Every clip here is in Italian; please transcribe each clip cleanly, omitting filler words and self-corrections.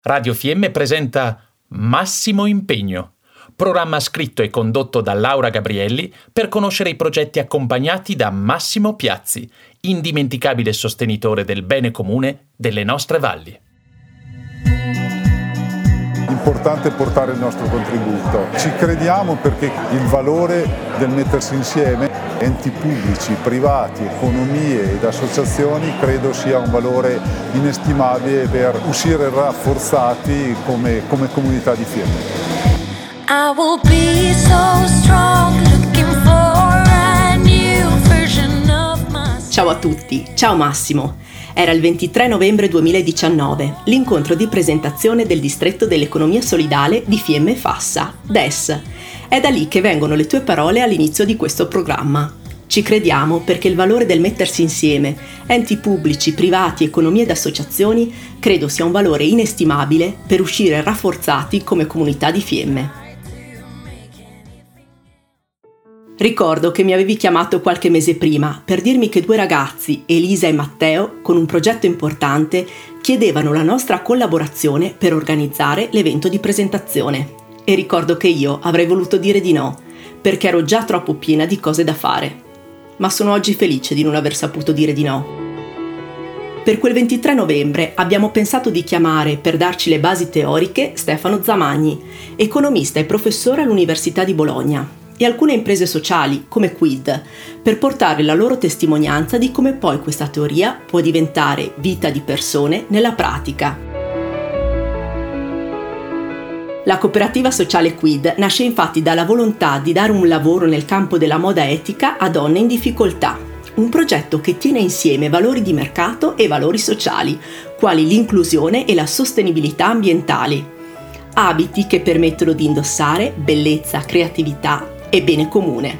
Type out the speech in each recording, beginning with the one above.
Radio Fiemme presenta Massimo Impegno, programma scritto e condotto da Laura Gabrielli per conoscere i progetti accompagnati da Massimo Piazzi, indimenticabile sostenitore del bene comune delle nostre valli. Importante portare il nostro contributo. Ci crediamo perché il valore del mettersi insieme, enti pubblici, privati, economie ed associazioni, credo sia un valore inestimabile per uscire rafforzati come comunità di Fiemme. I will be so strong, looking for a new version of myself. Ciao a tutti, ciao Massimo. Era il 23 novembre 2019, l'incontro di presentazione del distretto dell'economia solidale di Fiemme Fassa, DES. È da lì che vengono le tue parole all'inizio di questo programma. Ci crediamo perché il valore del mettersi insieme, enti pubblici, privati, economie ed associazioni, credo sia un valore inestimabile per uscire rafforzati come comunità di Fiemme. Ricordo che mi avevi chiamato qualche mese prima per dirmi che due ragazzi, Elisa e Matteo, con un progetto importante, chiedevano la nostra collaborazione per organizzare l'evento di presentazione. E ricordo che io avrei voluto dire di no, perché ero già troppo piena di cose da fare. Ma sono oggi felice di non aver saputo dire di no. Per quel 23 novembre abbiamo pensato di chiamare, per darci le basi teoriche, Stefano Zamagni, economista e professore all'Università di Bologna, e alcune imprese sociali, come Quid, per portare la loro testimonianza di come poi questa teoria può diventare vita di persone nella pratica. La cooperativa sociale Quid nasce infatti dalla volontà di dare un lavoro nel campo della moda etica a donne in difficoltà, un progetto che tiene insieme valori di mercato e valori sociali, quali l'inclusione e la sostenibilità ambientali, abiti che permettono di indossare bellezza, creatività e bene comune.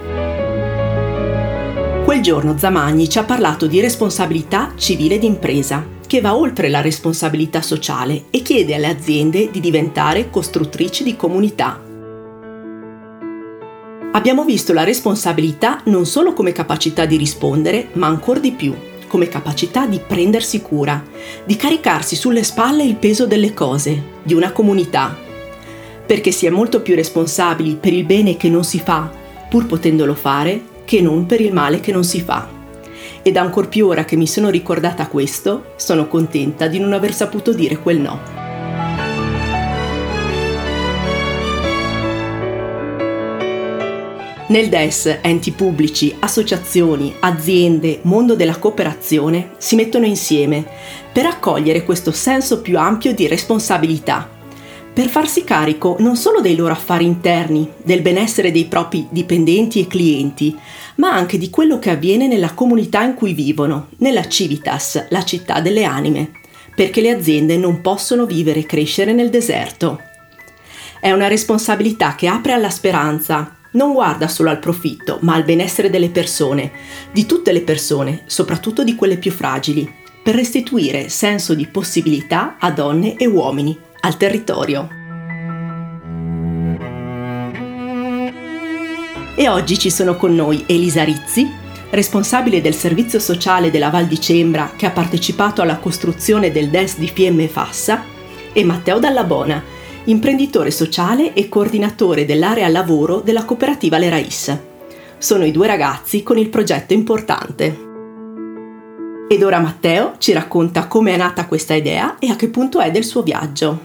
Quel giorno Zamagni ci ha parlato di responsabilità civile d'impresa, che va oltre la responsabilità sociale e chiede alle aziende di diventare costruttrici di comunità. Abbiamo visto la responsabilità non solo come capacità di rispondere, ma ancor di più, come capacità di prendersi cura, di caricarsi sulle spalle il peso delle cose, di una comunità, perché si è molto più responsabili per il bene che non si fa, pur potendolo fare, che non per il male che non si fa. Ed ancor più ora che mi sono ricordata questo, sono contenta di non aver saputo dire quel no. Nel DES, enti pubblici, associazioni, aziende, mondo della cooperazione si mettono insieme per accogliere questo senso più ampio di responsabilità, per farsi carico non solo dei loro affari interni, del benessere dei propri dipendenti e clienti, ma anche di quello che avviene nella comunità in cui vivono, nella Civitas, la città delle anime, perché le aziende non possono vivere e crescere nel deserto. È una responsabilità che apre alla speranza, non guarda solo al profitto, ma al benessere delle persone, di tutte le persone, soprattutto di quelle più fragili, per restituire senso di possibilità a donne e uomini, al territorio. E oggi ci sono con noi Elisa Rizzi, responsabile del servizio sociale della Val di Cembra che ha partecipato alla costruzione del DES di Fiemme Fassa, e Matteo Dallabona, imprenditore sociale e coordinatore dell'area lavoro della cooperativa Le Rais. Sono i due ragazzi con il progetto importante. Ed ora Matteo ci racconta come è nata questa idea e a che punto è del suo viaggio.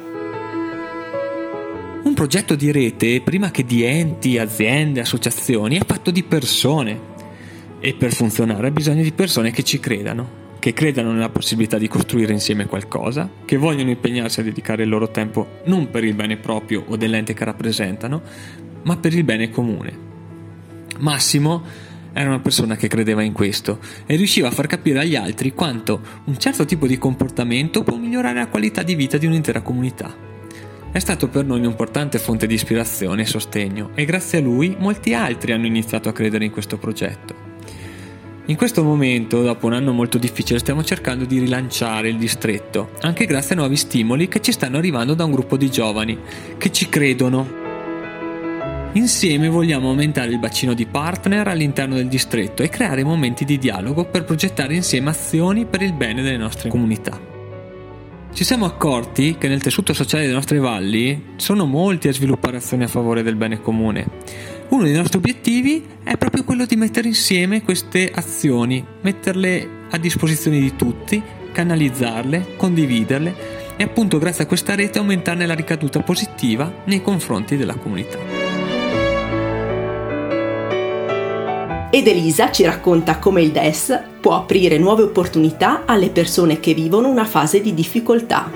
Un progetto di rete, prima che di enti, aziende, associazioni, è fatto di persone. E per funzionare ha bisogno di persone che ci credano, che credano nella possibilità di costruire insieme qualcosa, che vogliono impegnarsi a dedicare il loro tempo non per il bene proprio o dell'ente che rappresentano, ma per il bene comune. Massimo era una persona che credeva in questo e riusciva a far capire agli altri quanto un certo tipo di comportamento può migliorare la qualità di vita di un'intera comunità. È stato per noi un'importante fonte di ispirazione e sostegno e grazie a lui molti altri hanno iniziato a credere in questo progetto. In questo momento, dopo un anno molto difficile, stiamo cercando di rilanciare il distretto, anche grazie a nuovi stimoli che ci stanno arrivando da un gruppo di giovani che ci credono. Insieme vogliamo aumentare il bacino di partner all'interno del distretto e creare momenti di dialogo per progettare insieme azioni per il bene delle nostre comunità. Ci siamo accorti che nel tessuto sociale delle nostre valli sono molti a sviluppare azioni a favore del bene comune. Uno dei nostri obiettivi è proprio quello di mettere insieme queste azioni, metterle a disposizione di tutti, canalizzarle, condividerle e appunto grazie a questa rete aumentarne la ricaduta positiva nei confronti della comunità. Ed Elisa ci racconta come il DES può aprire nuove opportunità alle persone che vivono una fase di difficoltà.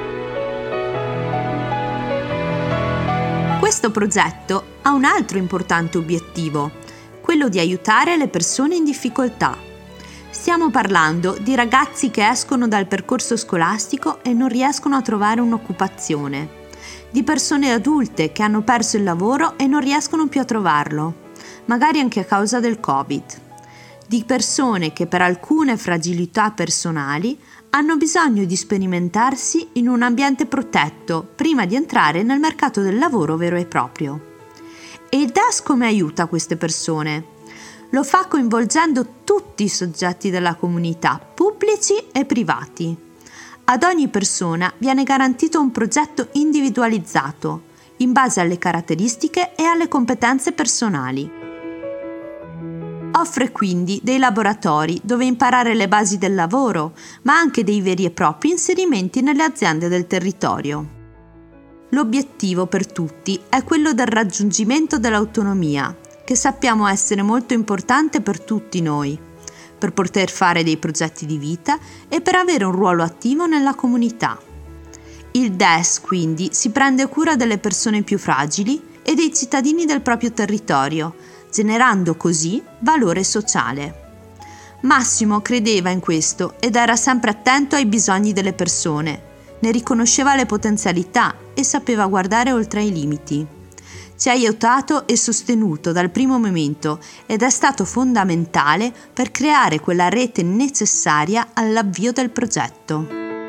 Questo progetto ha un altro importante obiettivo, quello di aiutare le persone in difficoltà. Stiamo parlando di ragazzi che escono dal percorso scolastico e non riescono a trovare un'occupazione, di persone adulte che hanno perso il lavoro e non riescono più a trovarlo, magari anche a causa del Covid, di persone che per alcune fragilità personali hanno bisogno di sperimentarsi in un ambiente protetto prima di entrare nel mercato del lavoro vero e proprio. E il DES come aiuta queste persone? Lo fa coinvolgendo tutti i soggetti della comunità, pubblici e privati. Ad ogni persona viene garantito un progetto individualizzato, in base alle caratteristiche e alle competenze personali. Offre quindi dei laboratori dove imparare le basi del lavoro, ma anche dei veri e propri inserimenti nelle aziende del territorio. L'obiettivo per tutti è quello del raggiungimento dell'autonomia, che sappiamo essere molto importante per tutti noi, per poter fare dei progetti di vita e per avere un ruolo attivo nella comunità. Il DES quindi si prende cura delle persone più fragili e dei cittadini del proprio territorio, generando così valore sociale. Massimo credeva in questo ed era sempre attento ai bisogni delle persone, ne riconosceva le potenzialità e sapeva guardare oltre ai limiti. Ci ha aiutato e sostenuto dal primo momento ed è stato fondamentale per creare quella rete necessaria all'avvio del progetto.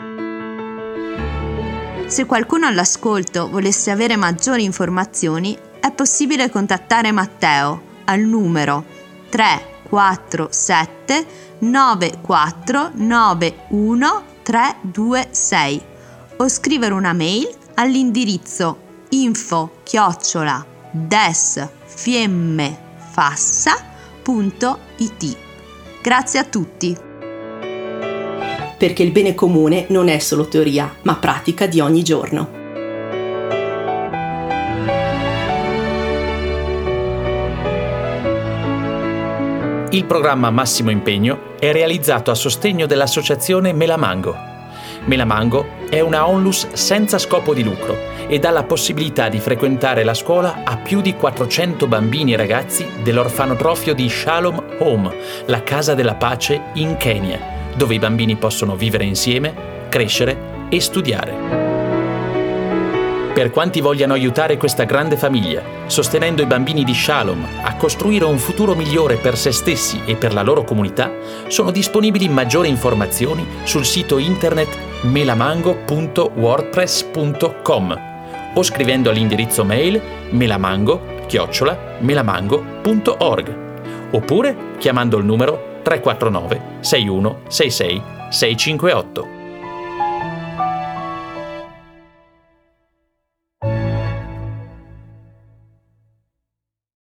Se qualcuno all'ascolto volesse avere maggiori informazioni, è possibile contattare Matteo al numero 347 9491 326 o scrivere una mail all'indirizzo info@desfiemmefassa.it. Grazie a tutti. Perché il bene comune non è solo teoria, ma pratica di ogni giorno. Il programma Massimo Impegno è realizzato a sostegno dell'associazione Melamango. Melamango è una onlus senza scopo di lucro e dà la possibilità di frequentare la scuola a più di 400 bambini e ragazzi dell'orfanotrofio di Shalom Home, la Casa della Pace in Kenya, dove i bambini possono vivere insieme, crescere e studiare. Per quanti vogliano aiutare questa grande famiglia, sostenendo i bambini di Shalom a costruire un futuro migliore per se stessi e per la loro comunità, sono disponibili maggiori informazioni sul sito internet melamango.wordpress.com o scrivendo all'indirizzo mail melamango@melamango.org oppure chiamando il numero 349 61 66 658.